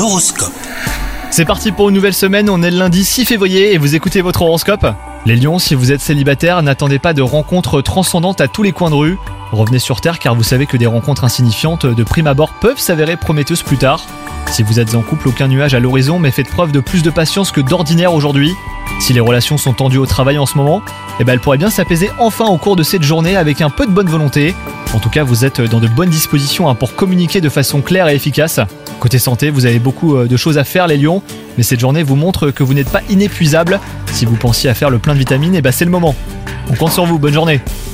L'horoscope. C'est parti pour une nouvelle semaine, on est le lundi 6 février et vous écoutez votre horoscope. Les lions, si vous êtes célibataire, n'attendez pas de rencontres transcendantes à tous les coins de rue. Revenez sur terre car vous savez que des rencontres insignifiantes de prime abord peuvent s'avérer prometteuses plus tard. Si vous êtes en couple, aucun nuage à l'horizon, mais faites preuve de plus de patience que d'ordinaire aujourd'hui. Si les relations sont tendues au travail en ce moment, elles pourraient bien s'apaiser enfin au cours de cette journée avec un peu de bonne volonté. En tout cas, vous êtes dans de bonnes dispositions pour communiquer de façon claire et efficace. Côté santé, vous avez beaucoup de choses à faire les lions, mais cette journée vous montre que vous n'êtes pas inépuisable. Si vous pensiez à faire le plein de vitamines, c'est le moment. On compte sur vous, bonne journée.